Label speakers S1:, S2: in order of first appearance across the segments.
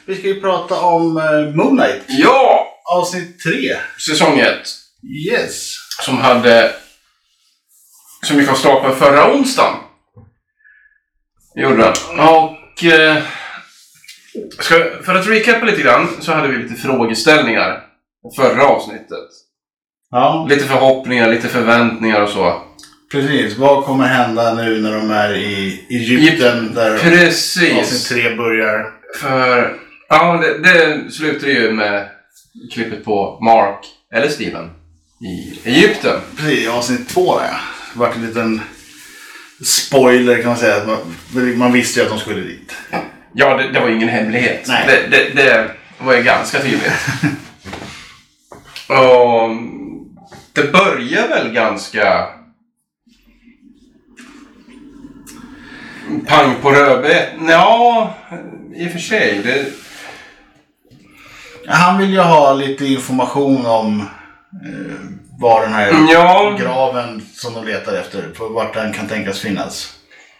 S1: Vi ska ju prata om Moon Knight.
S2: Ja!
S1: Avsnitt 3.
S2: Säsong 1.
S1: Yes.
S2: Som gick av stapeln förra onsdagen. Gjorde den. Och för att recapa lite grann så hade vi lite frågeställningar förra avsnittet.
S1: Ja.
S2: Lite förhoppningar, lite förväntningar och så.
S1: Precis, vad kommer hända nu när de är i Egypten där
S2: precis.
S1: avsnitt 3 börjar?
S2: För ja, det slutar ju med klippet på Mark eller Steven i Egypten.
S1: Precis, avsnitt 2 där. Det var en liten spoiler kan man säga. Att man visste ju att de skulle dit.
S2: Ja, det var ingen hemlighet.
S1: Nej.
S2: Det var ju ganska tydligt. Och det börjar väl ganska pang på rödbet. Ja, i och för sig.
S1: Han vill ju ha lite information om var den här graven som de letar efter, på vart den kan tänkas finnas.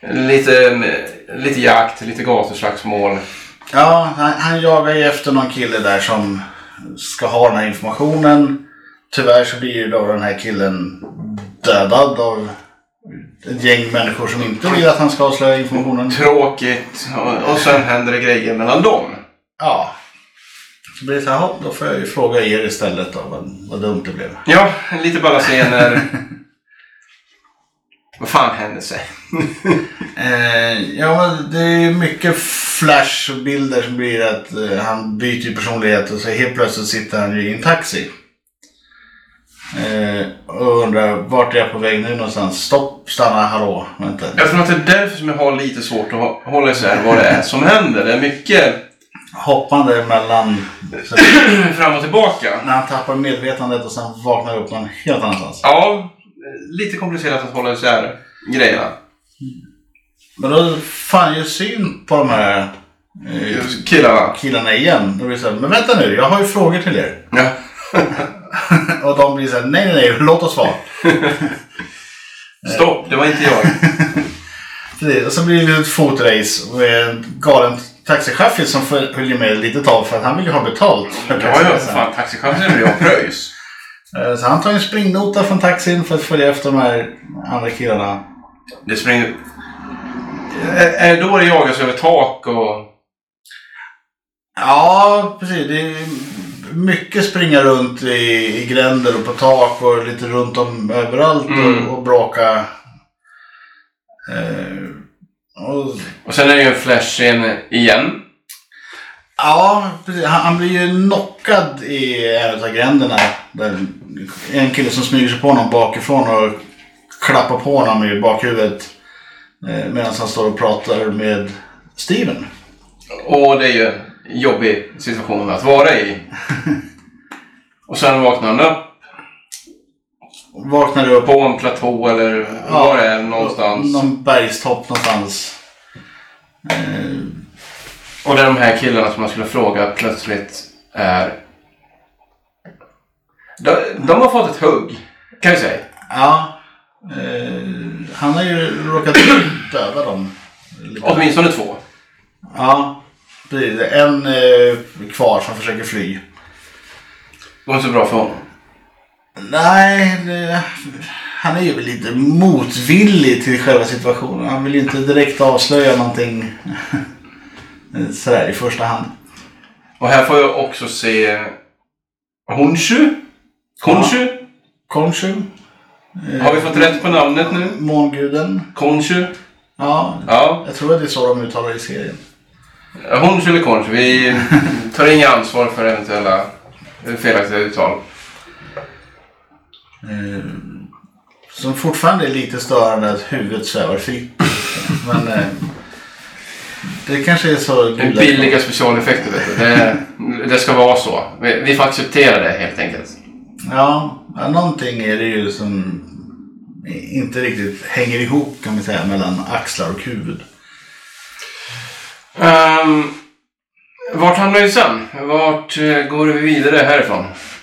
S2: Lite jakt, lite gatuslagsmål.
S1: Ja, han jagar ju efter någon kille där som ska ha den här informationen. Tyvärr så blir ju då den här killen dödad av ett gäng människor som inte vill att han ska avslöja informationen.
S2: Tråkigt. Och sen händer det grejer mellan dem.
S1: Ja. Så blir det så här, då får jag ju fråga er istället då, vad dumt det blev.
S2: Ja, lite balla scener. Vad fan hände sig?
S1: Ja, men det är mycket flashbilder som blir att han byter personlighet och så helt plötsligt sitter han i en taxi. Och undrar, vart är jag på väg nu någonstans? Stopp, stanna, hallå, vänta.
S2: Jag tror att det är därför som jag har lite svårt att hålla isär vad det är som händer. Det är mycket
S1: hoppande mellan
S2: fram och tillbaka.
S1: När han tappar medvetandet och sen vaknar upp någon helt annanstans.
S2: Ja, lite komplicerat att hålla isär grejerna.
S1: Men då fan ju syn på de här killarna igen. Då blir det så här, men vänta nu, jag har ju frågor till er.
S2: Ja.
S1: Och de blir så här, nej, låt oss vara.
S2: Stopp, det var inte jag.
S1: Precis, och så blir det ett fotrace och en galen taxichaufför som följer med lite tag för att han vill ju ha betalt.
S2: Ja, fan, taxichauffören vill ju ha pröjs.
S1: Så han tar en springnota från taxin för att följa efter de här andra killarna.
S2: Det springer... Är det då det jagas över tak och...
S1: Ja, precis. Det är mycket springa runt i gränder och på tak och lite runt om överallt och bråka.
S2: Och sen är det ju en flash-scen igen.
S1: Ja, precis. Han blir ju knockad i en av gränderna. Där en kille som smyger sig på honom bakifrån och klappar på honom i bakhuvudet medan han står och pratar med Steven.
S2: Och det är ju en jobbig situation att vara i. Och sen vaknar han upp.
S1: Vaknar upp
S2: på en platå eller var det är någonstans.
S1: Någon bergstopp någonstans.
S2: Och det är de här killarna som man skulle fråga plötsligt är... De har fått ett hugg, kan vi säga.
S1: Ja. Han har ju råkat döda dem.
S2: Åtminstone 2.
S1: Ja. Det är en kvar som försöker fly.
S2: Det var inte så bra för honom.
S1: Nej, han är ju lite motvillig till själva situationen. Han vill ju inte direkt avslöja någonting sådär i första hand.
S2: Och här får jag också se Khonshu. Har vi fått rätt på namnet nu?
S1: Månguden.
S2: Khonshu.
S1: Ja, jag tror att det är så de uttalar i serien.
S2: Khonshu eller Khonshu. Vi tar inga ansvar för eventuella felaktiga uttal.
S1: Som fortfarande är lite störande att huvudet svävar fritt. Men det kanske är så...
S2: Billiga specialeffekter, vet du. Det ska vara så. Vi får acceptera det helt enkelt.
S1: Ja, någonting är det ju som inte riktigt hänger ihop, kan man säga, mellan axlar och huvud.
S2: Vart hamnar vi sen? Vart går vi vidare härifrån?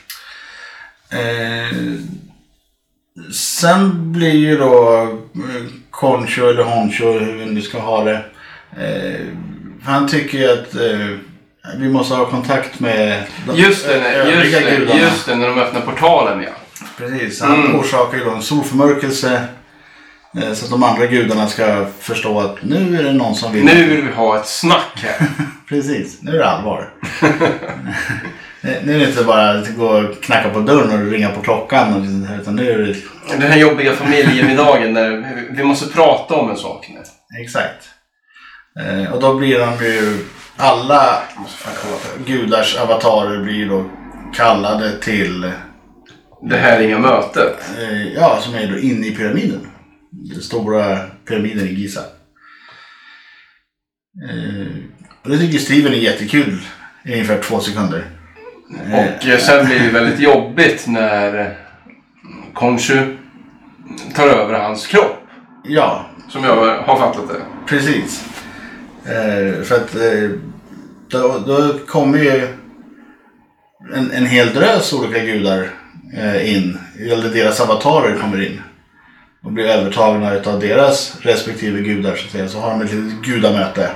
S1: Sen blir ju då Khonshu eller Honshu, hur vi nu ska ha det. Han tycker ju att vi måste ha kontakt med de
S2: Just
S1: gudarna.
S2: Just det, när de öppnar portalen, ja.
S1: Precis, han orsakar ju då en solförmörkelse så att de andra gudarna ska förstå att nu är det någon som vill...
S2: Nu vill vi ha ett snack här.
S1: Precis, nu är det allvar. Nu är det inte bara att gå och knacka på dörren och ringa på klockan. Utan nu är det...
S2: Den här jobbiga familjemiddagen där vi måste prata om en sak nu.
S1: Exakt. Och då blir de ju... Alla gudars avatarer blir då kallade till...
S2: Det här ringa mötet.
S1: Ja, som är då inne i pyramiden. Den stora pyramiden i Giza. Och det tycker Steven är jättekul i ungefär 2 sekunder.
S2: Och sen blir det väldigt jobbigt när Khonshu tar över hans kropp.
S1: Ja.
S2: Som jag har fattat det.
S1: Precis. För att då kommer ju en hel drös olika gudar in. Eller deras avatarer kommer in. Och blir övertagna av deras respektive gudar så att säga. Så har de ett litet gudamöte.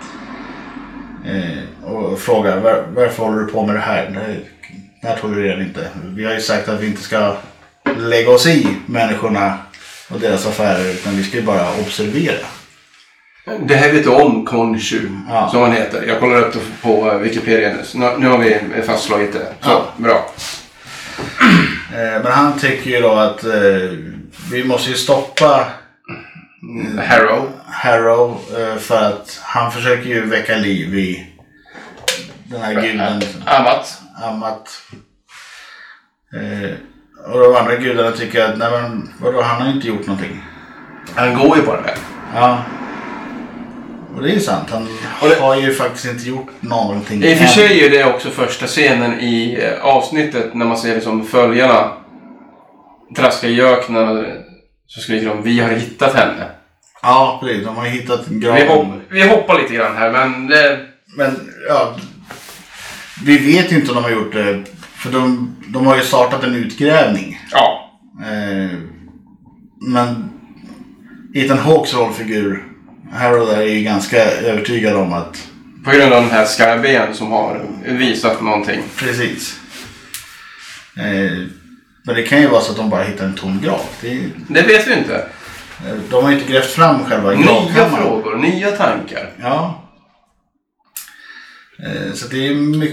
S1: Och frågar varför håller du på med det här? Det här tolererar vi inte. Vi har ju sagt att vi inte ska lägga oss i människorna och deras affärer utan vi ska ju bara observera.
S2: Det här vet du om Khonshu som han heter. Jag kollar upp det på Wikipedia nu. Nu har vi fastslagit det. Så, bra.
S1: Men han tycker ju då att vi måste ju stoppa Harrow för att han försöker ju väcka liv i den här guden Amat. Och de andra gudarna tycker att nej men vadå, han har inte gjort någonting.
S2: Han går ju på det här.
S1: Ja. Och det är ju sant. Han har ju faktiskt inte gjort någonting.
S2: I och för sig är det också första scenen i avsnittet när man ser liksom följarna traska i öknen så skriker de vi har hittat henne.
S1: Ja, precis. De har ju hittat en grav.
S2: Vi hoppar lite grann här men...
S1: Men ja, vi vet ju inte om de har gjort det. För de har ju startat en utgrävning.
S2: Ja.
S1: Men Ethan Hawkes rollfigur Harold är ju ganska övertygad om att...
S2: På grund av den här skarben som har visat någonting.
S1: Precis. Men det kan ju vara så att de bara hittar en tom grav.
S2: Det vet vi inte.
S1: De har ju inte grävt fram själva gravkammaren.
S2: Nya frågor, nya tankar.
S1: Ja. Så det är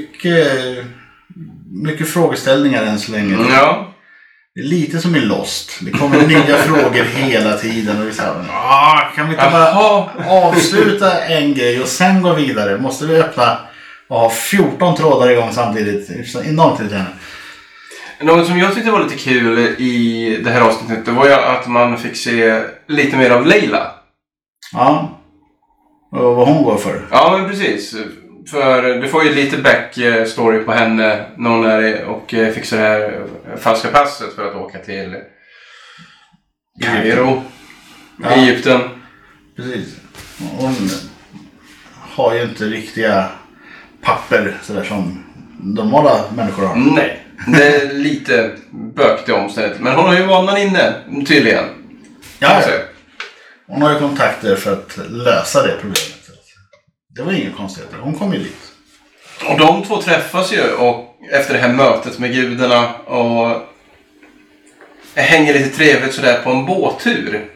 S1: mycket frågeställningar än så länge.
S2: Ja.
S1: Det är lite som i Lost. Det kommer nya frågor hela tiden. Och vi säger, kan vi inte bara avsluta en grej och sen gå vidare? Måste vi öppna och ha 14 trådar igång samtidigt? Enormt irriterande.
S2: Något som jag tyckte var lite kul i det här avsnittet det var ju att man fick se lite mer av Leila.
S1: Ja. Och vad hon går för.
S2: Ja, men precis. För du får ju lite backstory på henne när hon är och fixar det här falska passet för att åka till Kairo, Egypten.
S1: Precis. Hon har ju inte riktiga papper sådär som normala människor har.
S2: Nej, det är lite bökigt omständigt. Men hon har ju vanan inne, tydligen.
S1: Ja. Hon har ju kontakter för att lösa det problemet. Det var inga konstigheter. Hon kom ju dit.
S2: Och de två träffas ju och efter det här mötet med gudarna och hänger lite trevligt sådär på en båttur.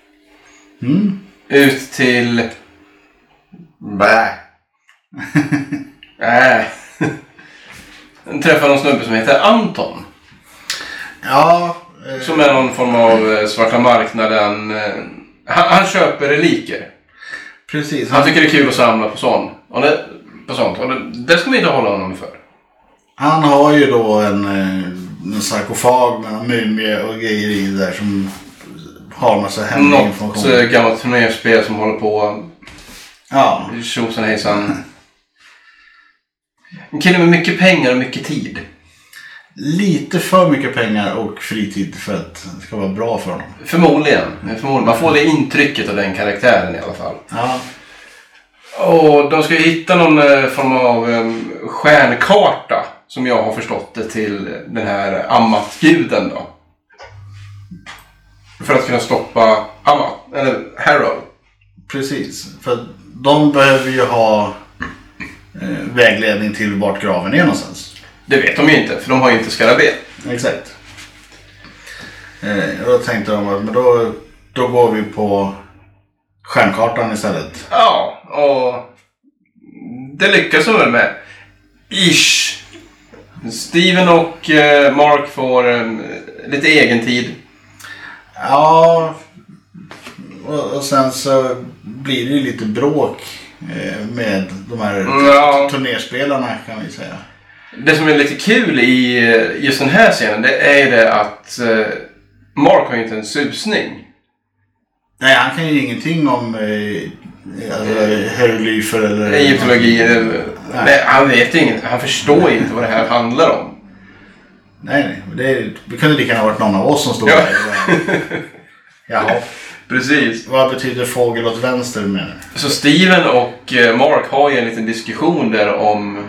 S2: Ut till... Träffar någon snubbe som heter Anton.
S1: Ja.
S2: Som är någon form av svarta marknaden. Han köper reliker.
S1: Precis.
S2: Han tycker det är kul att samla på sånt. Och det ska vi inte hålla honom för.
S1: Han har ju då en sarkofag med en mumie och grejer i där som har massa hemlig information.
S2: Något gammalt turnerspel som håller på.
S1: Ja.
S2: Tjosan hejsan. En kille med mycket pengar och mycket tid.
S1: Lite för mycket pengar och fritid för att det ska vara bra för honom.
S2: Förmodligen. Man får det intrycket av den karaktären i alla fall.
S1: Ja.
S2: Och de ska ju hitta någon form av stjärnkarta som jag har förstått det till den här Amat-guden då. För att kunna stoppa Amat, eller Harrow.
S1: Precis, för de behöver ju ha vägledning till vart graven är någonstans.
S2: Det vet de ju inte, för de har ju inte skarabé.
S1: Exakt. Då tänkte de att men då går vi på stjärnkartan istället.
S2: Ja, och det lyckas de väl med. Ish. Steven och Mark får lite egen tid.
S1: Ja, och sen så blir det ju lite bråk med de här turnerspelarna kan vi säga.
S2: Det som är lite kul i just den här scenen, det är det att Mark har ju inte en susning.
S1: Nej, han kan ju ingenting om hieroglyfer eller
S2: egyptologi. Nej, han vet inget. Han förstår inte vad det här handlar om.
S1: Nej. Det kunde lika gärna varit någon av oss som stod där. Jaha.
S2: Precis.
S1: Vad betyder fågel åt vänster med det?
S2: Så Steven och Mark har ju en liten diskussion där om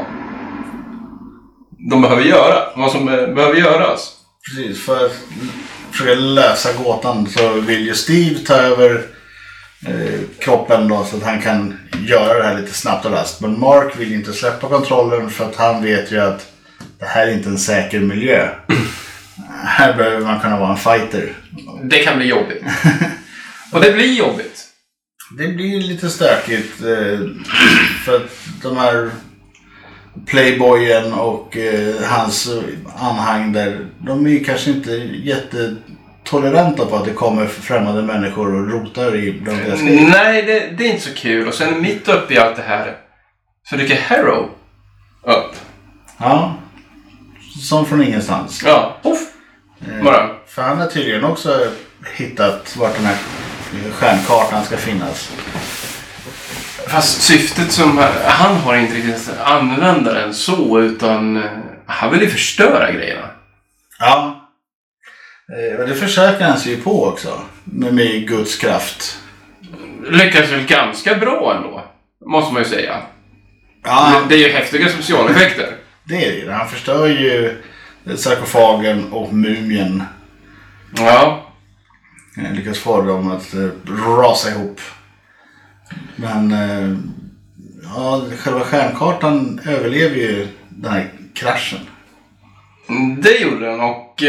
S2: de behöver göra. Vad som behöver göras.
S1: Precis, för att försöka lösa gåtan så vill ju Steve ta över kroppen då, så att han kan göra det här lite snabbt och raskt. Men Mark vill inte släppa kontrollen för att han vet ju att det här är inte en säker miljö. Här behöver man kunna vara en fighter.
S2: Det kan bli jobbigt. Och det blir jobbigt.
S1: Det blir lite stökigt för att de här playboyen och hans anhang där, de är kanske inte jättetoleranta på att det kommer främmande människor och rotar i bland deras grejer.
S2: Nej, det är inte så kul. Och sen mitt uppe i allt det här så dyker Harrow upp.
S1: Ja, som från ingenstans.
S2: Ja, poff. Bara.
S1: För han har tydligen också hittat vart den här stjärnkartan ska finnas.
S2: Fast syftet som han har inte riktigt använder den så, utan han vill ju förstöra grejerna.
S1: Ja. Och det försöker han sig ju på också. Med Guds kraft.
S2: Lyckas väl ganska bra ändå, måste man ju säga.
S1: Ja,
S2: det är ju häftiga specialeffekter.
S1: Det är det. Han förstör ju sarkofagen och mumien.
S2: Ja.
S1: Lyckas få dem att rasa ihop. Men ja, själva stjärnkartan överlever ju den här kraschen.
S2: Det gjorde den och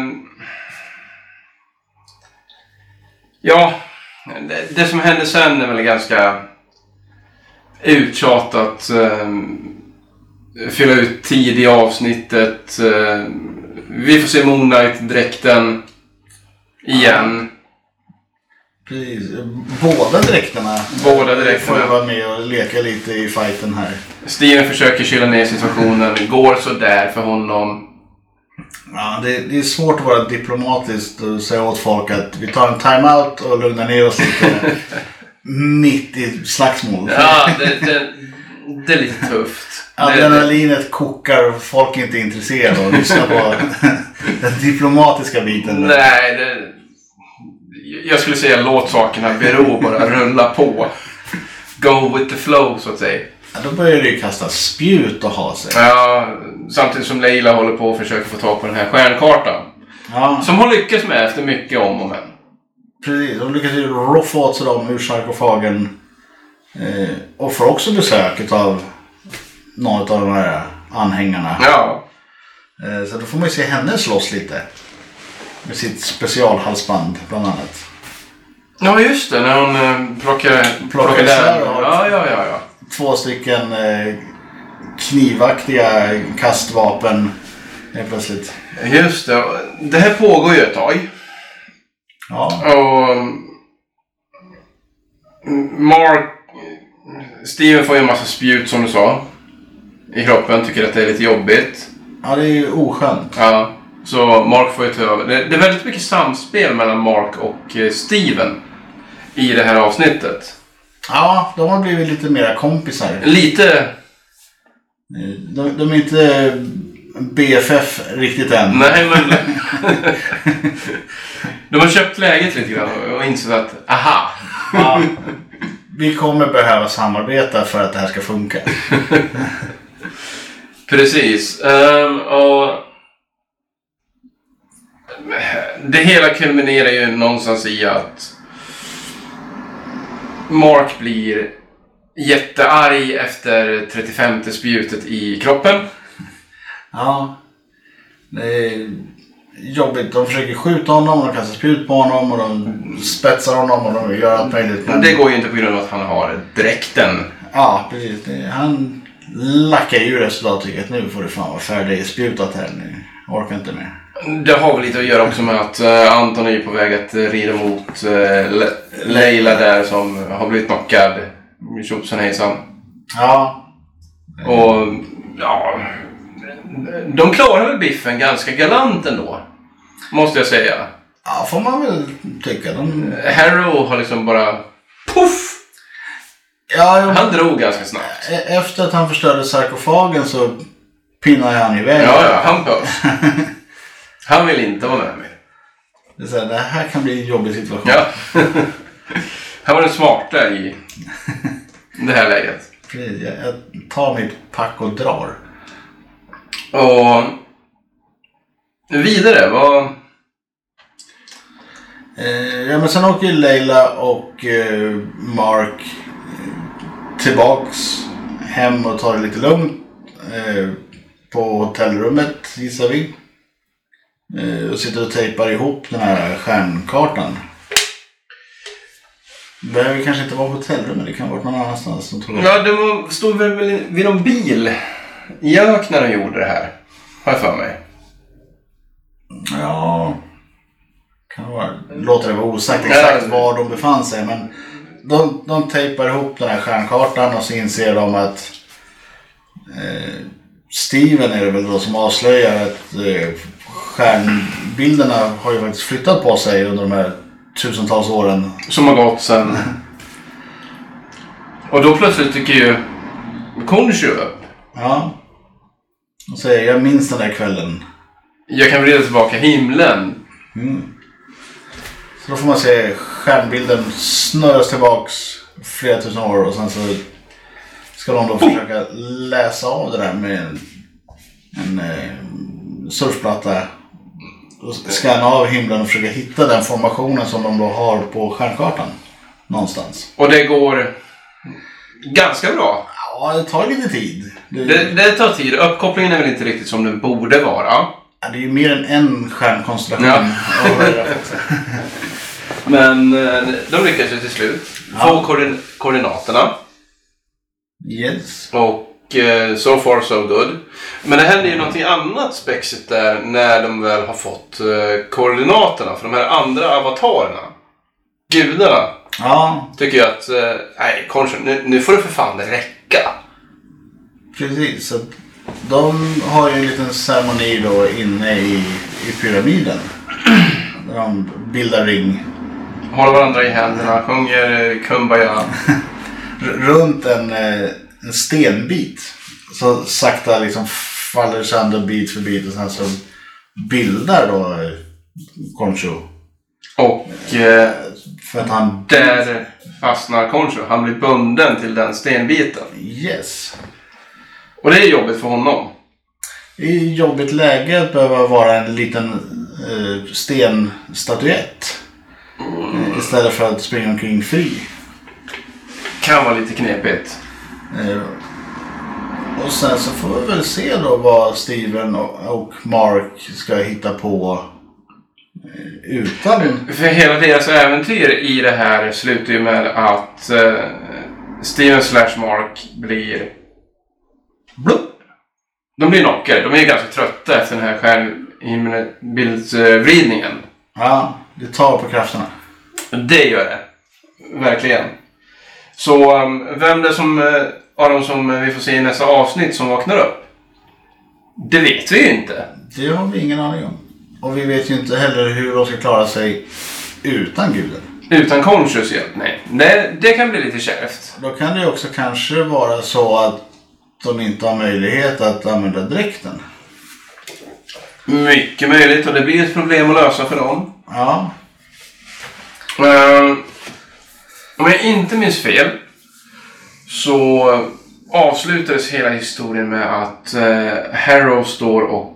S2: ja, det som hände sen är väl ganska uttjatat. Fylla ut tid i avsnittet. Vi får se Moon Knight-dräkten igen.
S1: Precis. Båda dräkterna får vara med och leka lite i fighten här.
S2: Steven försöker kyla ner situationen. Går så där för honom.
S1: Ja, det är svårt att vara diplomatisk och säga åt folk att vi tar en timeout och lugnar ner oss lite mitt i slagsmål.
S2: Ja, det är lite tufft.
S1: Adrenalinet kokar och folk är inte intresserade av att lyssna på den diplomatiska biten.
S2: Nej, jag skulle säga låt sakerna bero, bara rulla på. Go with the flow, så att säga.
S1: Ja, då börjar det ju kasta spjut och ha sig.
S2: Ja, samtidigt som Leila håller på och försöker få tag på den här stjärnkartan.
S1: Ja.
S2: Som hon lyckas med efter mycket om och men.
S1: Precis, hon lyckas ju roffa åt sig dem ur sarkofagen. Och får också besök av någon av de här anhängarna.
S2: Ja.
S1: Så då får man ju se henne slåss lite. Med sitt specialhalsband bland annat.
S2: Ja, just det. När hon plockar
S1: isär
S2: den.
S1: och
S2: Ja.
S1: 2 stycken knivaktiga kastvapen plötsligt.
S2: Just det. Det här pågår ju ett tag.
S1: Ja.
S2: Och Steven får ju en massa spjut, som du sa, i kroppen. Tycker att det är lite jobbigt.
S1: Ja, det är ju oskönt.
S2: Ja. Så Mark får ju ta över. Det är väldigt mycket samspel mellan Mark och Steven i det här avsnittet.
S1: Ja, de har blivit lite mera kompisar.
S2: Lite.
S1: De är inte BFF riktigt än.
S2: Nej, men de har köpt läget lite grann och insett att, aha.
S1: Ja, vi kommer behöva samarbeta för att det här ska funka.
S2: Precis. Och det hela kulminerar ju någonstans i att Mark blir jättearg efter 35:e spjutet i kroppen.
S1: Ja. Det är jobbigt. De försöker skjuta honom och de kastar spjut på honom och de spetsar honom och de gör allt möjligt.
S2: Men det går ju inte på grund av att han har dräkten.
S1: Ja, precis. Han lackar ju resultatet. Nu får du fan vara färdig spjutat här. Nu orkar inte mer.
S2: Det har väl lite att göra också med att Anton är på väg att rida mot Leila där som har blivit knockad. Tjopsen hejsan.
S1: Ja.
S2: Och ja, de klarar väl biffen ganska galant ändå, måste jag säga.
S1: Ja, får man väl tycka.
S2: Harrow har liksom bara puff!
S1: Ja,
S2: han drog ganska snabbt.
S1: Efter att han förstörde sarkofagen så pinnar han iväg.
S2: Ja, han pös. Han vill inte vara med mig.
S1: Det här kan bli en jobbig situation.
S2: Ja. Han var den smarta i det här läget.
S1: Precis, jag tar mitt pack och drar.
S2: Och vidare, vad...
S1: Ja, men sen åker Leila och Mark tillbaks hem och tar det lite lugnt på hotellrummet, gissar vi. Och sitter och tejpar ihop den här stjärnkartan. Det behöver kanske inte vara på hotellrummet, det kan vara någon annanstans.
S2: Ja, de stod väl vid någon bil i öknen när de gjorde det här, har jag för mig.
S1: Ja, kan vara. Låter det vara osagt exakt var de befann sig, men de tejpar ihop den här stjärnkartan och så inser de att Steven är det väl då som avslöjar att stjärnbilderna har ju faktiskt flyttat på sig under de här tusentals åren
S2: som har gått sen. Och då plötsligt tycker ju Khonshu upp.
S1: Ja. Och säger, jag minns den där kvällen.
S2: Jag kan vrida tillbaka himlen.
S1: Så då får man se stjärnbilden snurras tillbaks flera tusen år och sen så ska de då försöka läsa av det där med en surfplatta och scanna av himlen och försöka hitta den formationen som de då har på stjärnkartan någonstans.
S2: Och det går ganska bra.
S1: Ja, det tar lite tid.
S2: Det tar tid. Uppkopplingen är väl inte riktigt som den borde vara.
S1: Ja, det är ju mer än en stjärnkonstellation.
S2: Ja. Men de lyckas ju till slut få koordinaterna.
S1: Yes.
S2: Och so far so good. Men det händer ju någonting annat spexigt där när de väl har fått koordinaterna för de här andra avatarerna. Gudarna.
S1: Ja.
S2: Tycker jag att nej, Khonshu, nu får det för fan räcka.
S1: Precis, så de har ju en liten ceremoni då inne i pyramiden. Där de bildar ring.
S2: Håller varandra i händerna, sjunger Kumbaya.
S1: Runt en stenbit. Så sakta liksom faller sönder bit för bit och sen så bildar då Khonshu.
S2: Och
S1: för att han
S2: där fastnar Khonshu. Han blir bunden till den stenbiten.
S1: Yes. Och
S2: det är jobbigt för honom.
S1: I jobbigt läge att behöva vara en liten stenstatyett. Istället för att springa omkring fri.
S2: Kan vara lite knepigt.
S1: Och sen så får vi väl se då vad Steven och Mark ska hitta på utan...
S2: För hela deras äventyr i det här slutar ju med att Steven / Mark blir...
S1: Blup.
S2: De blir knockade. De är ganska trötta efter den här stjärnbildsvridningen.
S1: Ja, det tar på krafterna.
S2: Det gör det. Verkligen. Så vem det som av dem som vi får se i nästa avsnitt som vaknar upp? Det vet vi ju inte.
S1: Det har vi ingen aning om. Och vi vet ju inte heller hur de ska klara sig utan guden.
S2: Utan Khonshus hjälp, nej. Det kan bli lite kärvt.
S1: Då kan det också kanske vara så att de inte har möjlighet att använda dräkten.
S2: Mycket möjligt, och det blir ett problem att lösa för dem.
S1: Ja.
S2: Om jag inte minns fel så avslutades hela historien med att Harrow står och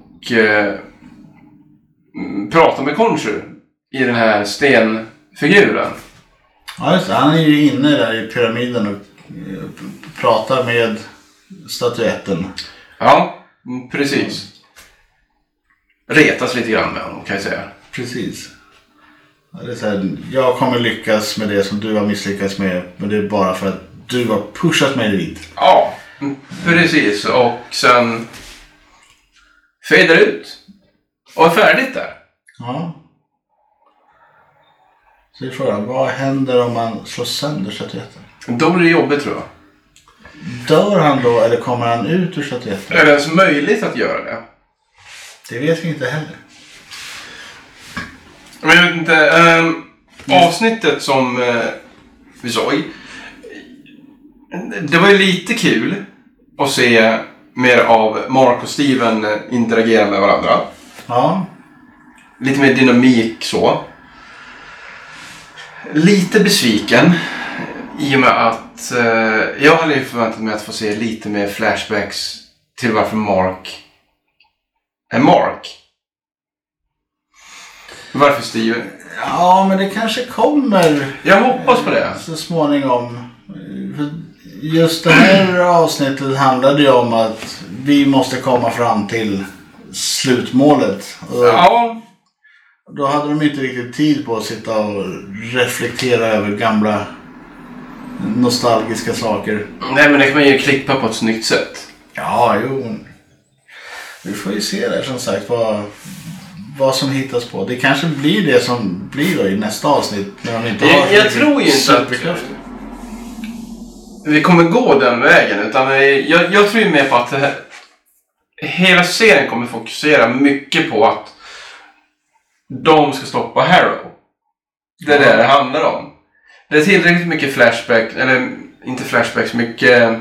S2: pratar med Khonshu i den här stenfiguren.
S1: Ja, just det. Han är ju inne där i pyramiden och pratar med statyetten.
S2: Ja, precis. Retas lite grann med honom, kan jag säga.
S1: Precis. Det är så här, jag kommer lyckas med det som du har misslyckats med, men det är bara för att du har pushat mig dit.
S2: Ja, precis. Och sen fejdar ut. Och är färdigt där.
S1: Ja. Så är frågan, vad händer om man slår sönder statyetten?
S2: Då blir det jobbigt, tror jag.
S1: Dör han då eller kommer han ut ur statyetten?
S2: Är det ens möjligt att göra det?
S1: Det vet vi inte heller.
S2: Men jag vet inte. Avsnittet som vi såg. Det var ju lite kul att se mer av Mark och Steven interagera med varandra.
S1: Ja.
S2: Lite mer dynamik så. Lite besviken. I och med att jag hade ju förväntat mig att få se lite mer flashbacks till varför Mark är Mark. Varför Steven?
S1: Ja, men det kanske kommer.
S2: Jag hoppas på det.
S1: Så småningom. Just det här avsnittet handlade ju om att vi måste komma fram till slutmålet. Och
S2: Ja.
S1: då hade de inte riktigt tid på att sitta och reflektera över gamla nostalgiska saker.
S2: Nej, men det kan man ju klippa på ett snyggt sätt.
S1: Ja, jo. Vi får ju se där som sagt vad som hittas på. Det kanske blir det som blir då i nästa avsnitt. När de inte har
S2: jag tror ju inte att vi kommer gå den vägen. Utan jag tror ju mer på att det här, hela serien kommer fokusera mycket på att de ska stoppa Harrow. Det är det det handlar om. Det är tillräckligt mycket flashback, eller inte flashbacks, mycket...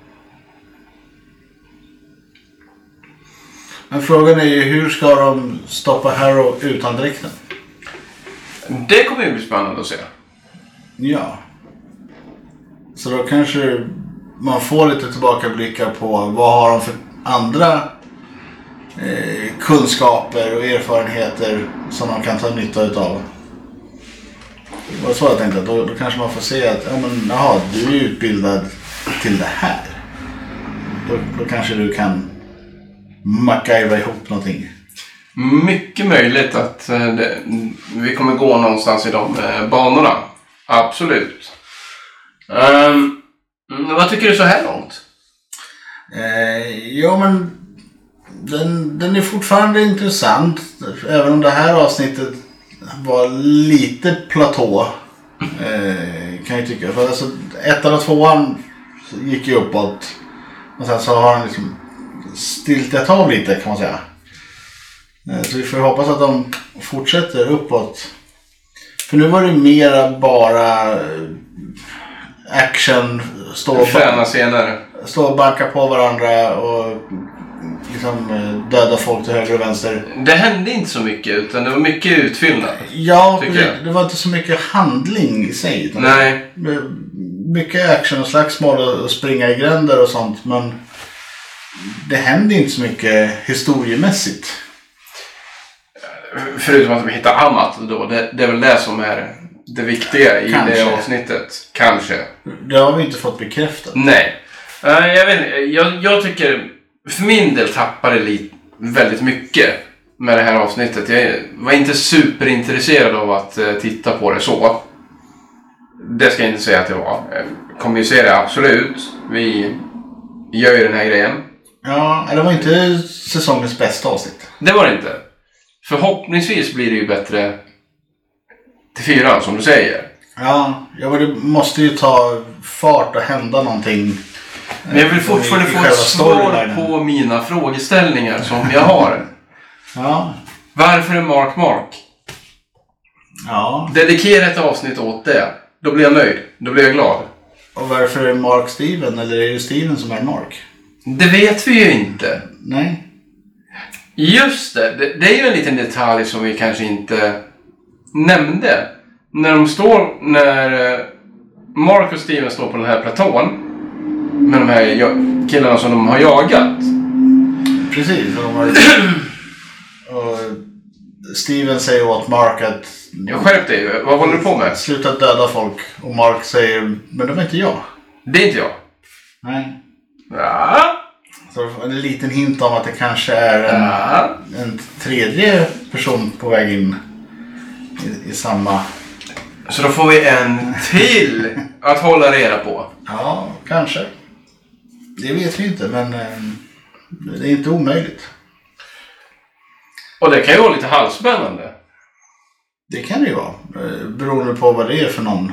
S1: Men frågan är ju, hur ska de stoppa Harrow utan dräkten?
S2: Det kommer ju bli spännande att se.
S1: Ja. Så då kanske man får lite tillbakablickar på vad har de för andra kunskaper och erfarenheter som de kan ta nytta utav. Det var så jag tänkte, att då kanske man får se att du är utbildad till det här. Då kanske du kan MacGyver ihop någonting.
S2: Mycket möjligt att vi kommer gå någonstans i de banorna. Absolut. Vad tycker du så här långt?
S1: Men den är fortfarande intressant. Även om det här avsnittet var lite platå. Kan jag tycka. För alltså, 1:an och 2:an gick ju uppåt. Och sen så har han liksom stiltat av lite, kan man säga. Så vi får hoppas att de fortsätter uppåt. För nu var det mera bara action.
S2: Fräna scener.
S1: Stå och banka på varandra och liksom döda folk till höger och vänster.
S2: Det hände inte så mycket, utan det var mycket utfyllnad.
S1: Ja, det var inte så mycket handling i sig.
S2: Nej.
S1: Mycket action och slagsmål och springa i gränder och sånt. Men det hände inte så mycket historiemässigt.
S2: Förutom att de hittar Amat då. Det är väl det som är det viktiga i
S1: Kanske.
S2: det avsnittet. Kanske.
S1: Det har vi inte fått bekräftat.
S2: Nej. Jag tycker, för min del tappade det väldigt mycket med det här avsnittet. Jag var inte superintresserad av att titta på det så. Det ska jag inte säga att jag var. Jag kommer ju se det, absolut. Vi gör ju den här grejen.
S1: Ja, det var inte säsongens bästa avsnitt.
S2: Det var det inte. Förhoppningsvis blir det ju bättre till 4, som du säger.
S1: Ja, men det måste ju ta fart och hända någonting.
S2: Men jag vill fortfarande få ett svar på mina frågeställningar som jag har.
S1: Ja.
S2: Varför är Mark?
S1: Ja.
S2: Dedikera ett avsnitt åt det. Då blir jag nöjd. Då blir jag glad.
S1: Och varför är Mark Steven? Eller är det Steven som är Mark?
S2: Det vet vi ju inte.
S1: Nej.
S2: Just det. Det är ju en liten detalj som vi kanske inte nämnde. När Mark och Steven står på den här platån med de här killarna som de har jagat.
S1: Precis. Och Steven säger åt Mark att...
S2: Jag skärp dig. Vad håller du på med?
S1: Sluta döda folk. Och Mark säger, men det var inte jag.
S2: Det är inte jag.
S1: Nej.
S2: Ja.
S1: Så en liten hint om att det kanske är en tredje person på väg in i samma...
S2: Så då får vi en till att hålla reda på.
S1: Ja, kanske. Det vet vi inte, men det är inte omöjligt.
S2: Och det kan ju vara lite halvspännande.
S1: Det kan det ju vara. Beroende på vad det är för någon.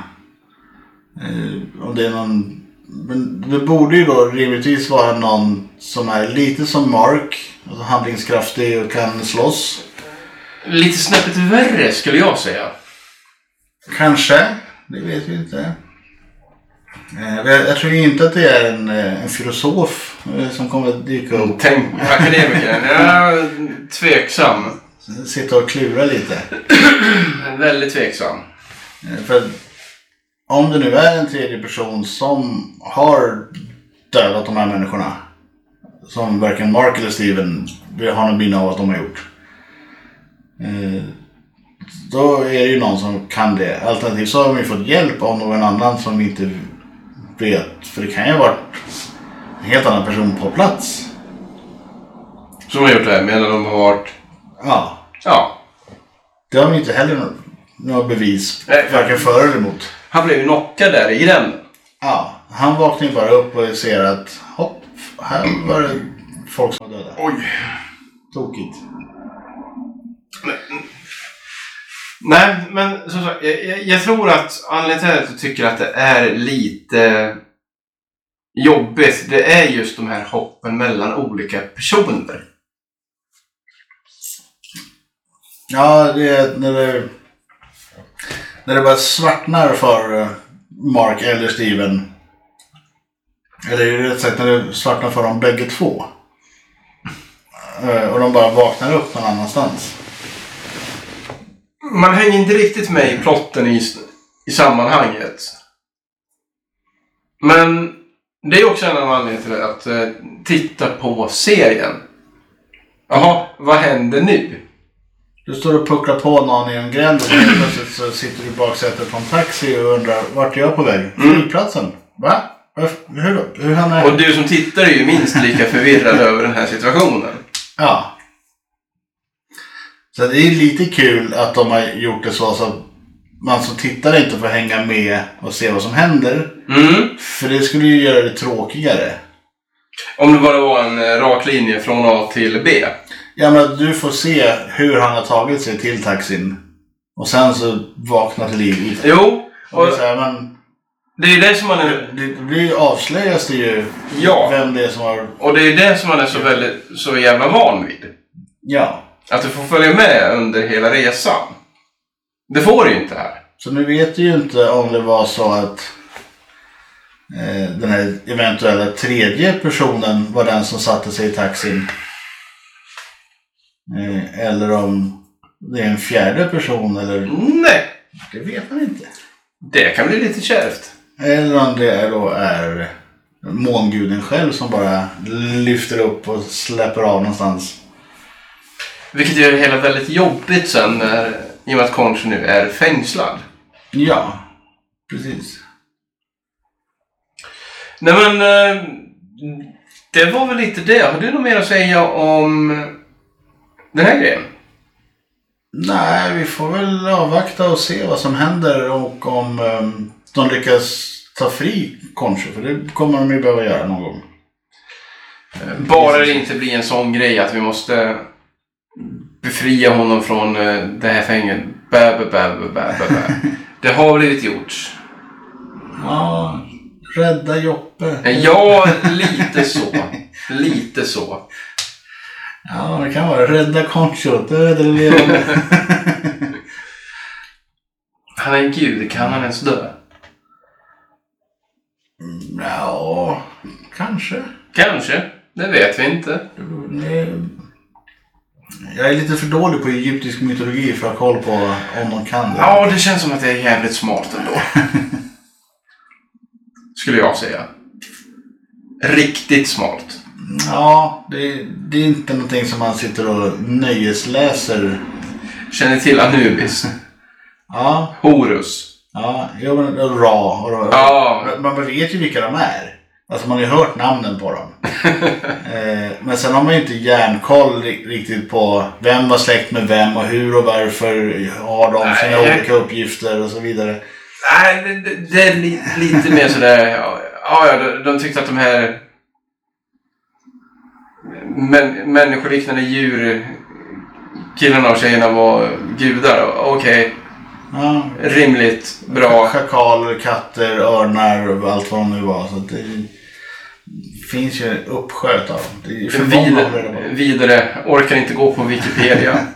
S1: Om det är någon... Men det borde ju då rimligtvis vara någon som är lite som Mark. Alltså handlingskraftig och kan slåss.
S2: Lite snäppet värre skulle jag säga.
S1: Kanske. Det vet vi inte. Jag tror inte att det är en filosof som kommer att dyka upp.
S2: Tänk akademikern. Jag är tveksam.
S1: Sitta och klura lite.
S2: Väldigt tveksam.
S1: För om det nu är en tredje person som har dödat de här människorna, som varken Mark eller Steven har någon minne av att de har gjort, då är det ju någon som kan det. Alternativt så har de ju fått hjälp av någon annan som inte vet. För det kan ju ha varit en helt annan person på plats.
S2: Som har gjort det här medan de har varit...
S1: Ja.
S2: Ja.
S1: Det har vi inte heller några bevis. Varken för eller emot.
S2: Han blev ju knockad där i gränden.
S1: Ja. Han vaknar bara upp och ser att hopp, här var det folk som var döda.
S2: Oj.
S1: Tokigt.
S2: Nej, men som sagt, jag tror att anledningen till att jag tycker att det är lite jobbigt, det är just de här hoppen mellan olika personer.
S1: Ja, det är när det bara svartnar för Mark eller Steven. Eller är det rätt sagt när det svartnar för dem bägge två. Och de bara vaknar upp någon annanstans.
S2: Man hänger inte riktigt med i plotten i sammanhanget. Men det är också en av anledningarna till att titta på serien. Jaha, vad händer nu? Du
S1: står och pucklar på någon i en gränd och plötsligt så sitter du i baksätet på en taxi och undrar vart jag är på väg. Flygplatsen. Va? Hur hamnar jag?
S2: Och du som tittar är ju minst lika förvirrad över den här situationen.
S1: Ja. Så det är lite kul att de har gjort det så att man som tittar inte får hänga med och se vad som händer. För det skulle ju göra det tråkigare.
S2: Om det bara var en rak linje från A till B.
S1: Ja, men du får se hur han har tagit sig till taxin. Och sen så vaknar till liv.
S2: Jo.
S1: Och det är så här, men
S2: det är det som man är...
S1: Det blir avslöjas det ju vem det är som har...
S2: Och det är det som man är så jävla van vid.
S1: Ja.
S2: Att du får följa med under hela resan. Det får du ju inte här.
S1: Så nu vet du ju inte om det var så att den här eventuella tredje personen var den som satte sig i taxin. Eller om det är en fjärde person eller...
S2: Nej.
S1: Det vet man inte.
S2: Det kan bli lite kärvt.
S1: Eller om det är månguden själv som bara lyfter upp och släpper av någonstans.
S2: Vilket gör det hela väldigt jobbigt sen i och med att Conch nu är fängslad.
S1: Ja, precis.
S2: Nej men, det var väl lite det. Har du något mer att säga om den här grejen?
S1: Nej, vi får väl avvakta och se vad som händer och om de lyckas ta fri Conch, för det kommer de ju behöva göra någon gång.
S2: Bara det inte blir en sån grej att vi måste befria honom från det här fängelset. Det har blivit gjort.
S1: Ja, rädda Joppe.
S2: Ja, lite så. Lite så.
S1: Ja, det kan vara rädda Concho. Död eller levande.
S2: Han är en gud, kan han ens dö?
S1: Ja, kanske.
S2: Kanske, det vet vi inte.
S1: Jag är lite för dålig på egyptisk mytologi för att ha koll på om de kan det.
S2: Ja, det känns som att det är jävligt smart ändå. Skulle jag säga. Riktigt smart.
S1: Ja, det är inte någonting som man sitter och nöjesläser.
S2: Känner till Anubis.
S1: Ja.
S2: Horus.
S1: Ja, men Ra.
S2: Ja.
S1: Man vet ju vilka de är. Alltså man har ju hört namnen på dem. Men sen har man ju inte järnkoll riktigt på vem var släkt med vem och hur och varför har de sina olika uppgifter och så vidare.
S2: Nej, det är lite mer sådär. Ja, de tyckte att de här människoliknande djur, killarna och tjejerna var gudar. Okej.
S1: Ja.
S2: Rimligt, bra.
S1: Schakaler, katter, örnar och allt vad de nu var. Så det finns ju en uppsköt av dem. Det är för
S2: vidare. Orkar inte gå på Wikipedia.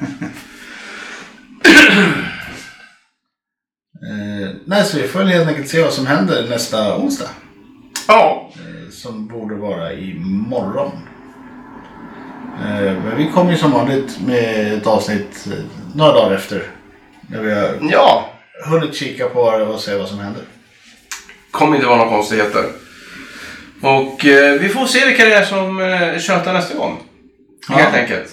S1: Nej, så vi får helt enkelt se vad som händer nästa onsdag.
S2: Ja.
S1: Som borde vara imorgon. Men vi kommer ju som vanligt med ett avsnitt några dagar efter. När vi har hunnit kika på det och se vad som händer.
S2: Kommer inte vara några konstigheter. Och vi får se vilka det är som tjötar nästa gång. Helt enkelt.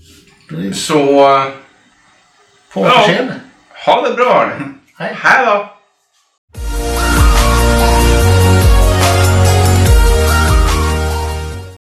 S1: Precis.
S2: Så...
S1: På återseende.
S2: Ha det bra.
S1: Hej.
S2: Hej då.